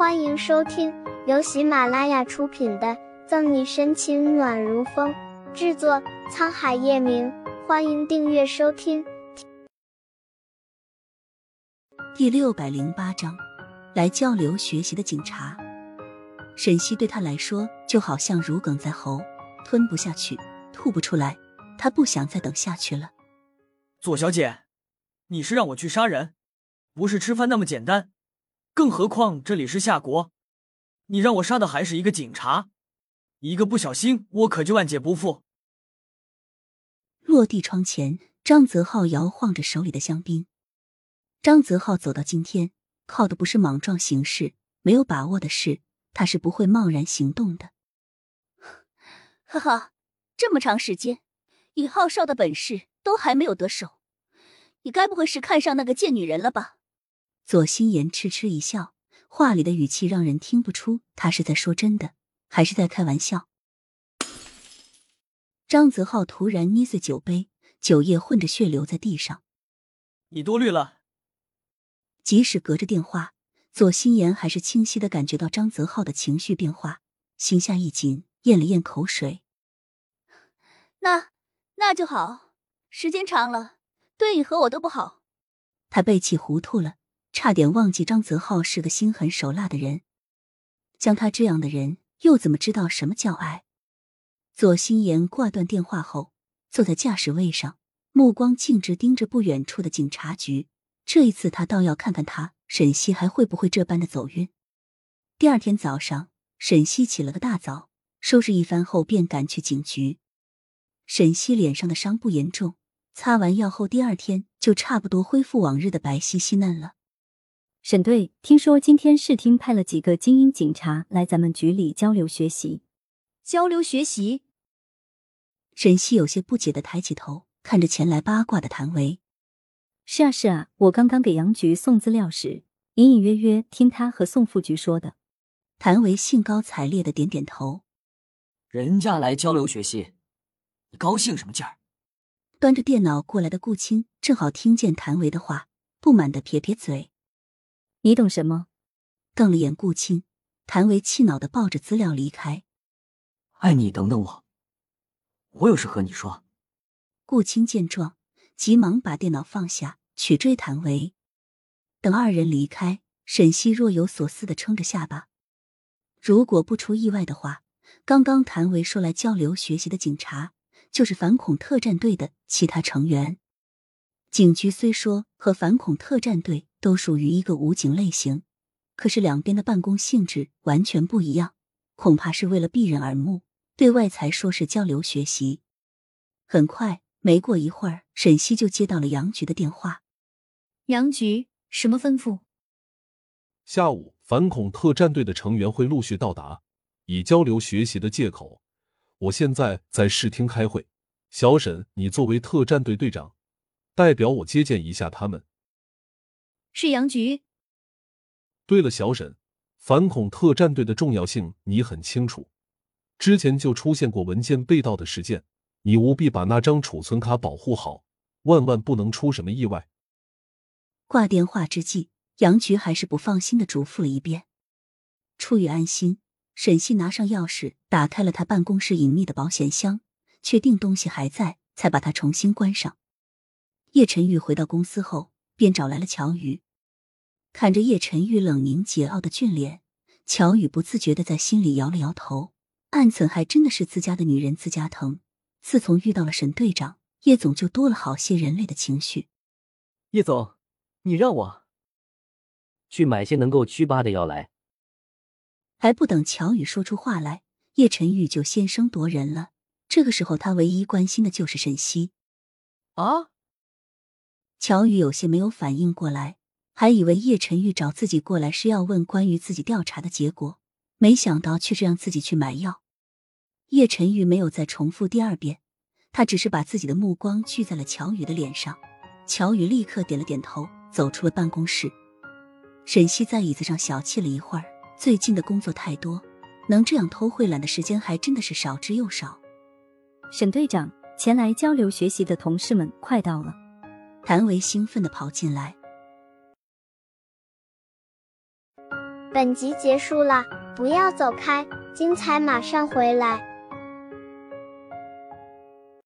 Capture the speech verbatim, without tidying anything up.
欢迎收听由喜马拉雅出品的《赠你深情暖如风》，制作沧海夜明。欢迎订阅收听。 第六百零八章，来交流学习的警察。沈西对他来说就好像如鲠在喉，吞不下去，吐不出来，他不想再等下去了。 左小姐，你是让我去杀人，不是吃饭那么简单，更何况这里是夏国，你让我杀的还是一个警察，一个不小心我可就万劫不复。 落地窗前，张泽浩摇晃着手里的香槟。张泽浩走到今天，靠的不是莽撞行事，没有把握的事，他是不会贸然行动的。 哈哈，这么长时间，以浩少的本事都还没有得手，你该不会是看上那个贱女人了吧？ 左心言痴痴一笑，话里的语气让人听不出他是在说真的，还是在开玩笑。张泽浩突然捏碎酒杯，酒液混着血流在地上。 你多虑了。 即使隔着电话，左心言还是清晰地感觉到张泽浩的情绪变化，心下一紧，咽了咽口水。 那那就好，时间长了，对你和我都不好。 他背气糊涂了，差点忘记张泽浩是个心狠手辣的人。像他这样的人，又怎么知道什么叫爱？左心言挂断电话后，坐在驾驶位上，目光径直盯着不远处的警察局。这一次他倒要看看他沈西还会不会这般的走运。第二天早上，沈西起了个大早，收拾一番后便赶去警局。沈西脸上的伤不严重，擦完药后第二天就差不多恢复往日的白皙细嫩了。 沈队，听说今天市厅派了几个精英警察来咱们局里交流学习。 交流学习？ 沈西有些不解地抬起头，看着前来八卦的谭维。 是啊是啊，我刚刚给杨局送资料时，隐隐约约听他和宋副局说的。 谭维兴高采烈地点点头。 人家来交流学习，你高兴什么劲儿？ 端着电脑过来的顾青正好听见谭维的话，不满地撇撇嘴。 你懂什么？ 瞪了眼顾青，谭维气恼地抱着资料离开。 爱你等等我，我有事和你说。 顾青见状，急忙把电脑放下，去追谭维。等二人离开，沈西若有所思地撑着下巴。如果不出意外的话，刚刚谭维说来交流学习的警察，就是反恐特战队的其他成员。警局虽说和反恐特战队都属于一个武警类型，可是两边的办公性质完全不一样，恐怕是为了避人耳目，对外才说是交流学习。很快，没过一会儿，沈西就接到了杨局的电话。 杨局，什么吩咐？ 下午，反恐特战队的成员会陆续到达，以交流学习的借口，我现在在市厅开会。小沈，你作为特战队队长，代表我接见一下他们。 是杨局。 对了，小沈，反恐特战队的重要性你很清楚，之前就出现过文件被盗的事件，你务必把那张储存卡保护好，万万不能出什么意外。 挂电话之际，杨局还是不放心地嘱咐了一遍。出于安心，沈西拿上钥匙，打开了他办公室隐秘的保险箱，确定东西还在，才把它重新关上。叶晨玉回到公司后，便找来了乔宇。看着叶晨玉冷凝桀骜的俊脸，乔宇不自觉地在心里摇了摇头，暗忖还真的是自家的女人自家疼。自从遇到了沈队长，叶总就多了好些人类的情绪。 叶总，你让我去买些能够祛疤的药来。 还不等乔宇说出话来，叶晨玉就先声夺人了。这个时候他唯一关心的就是沈西。 啊？ 乔宇有些没有反应过来，还以为叶晨玉找自己过来是要问关于自己调查的结果，没想到却是让自己去买药。叶晨玉没有再重复第二遍，他只是把自己的目光聚在了乔宇的脸上。乔宇立刻点了点头，走出了办公室。沈西在椅子上小憩了一会儿，最近的工作太多，能这样偷会懒的时间还真的是少之又少。 沈队长，前来交流学习的同事们快到了。 谭维兴奋地跑进来。 本集结束了，不要走开，精彩马上回来。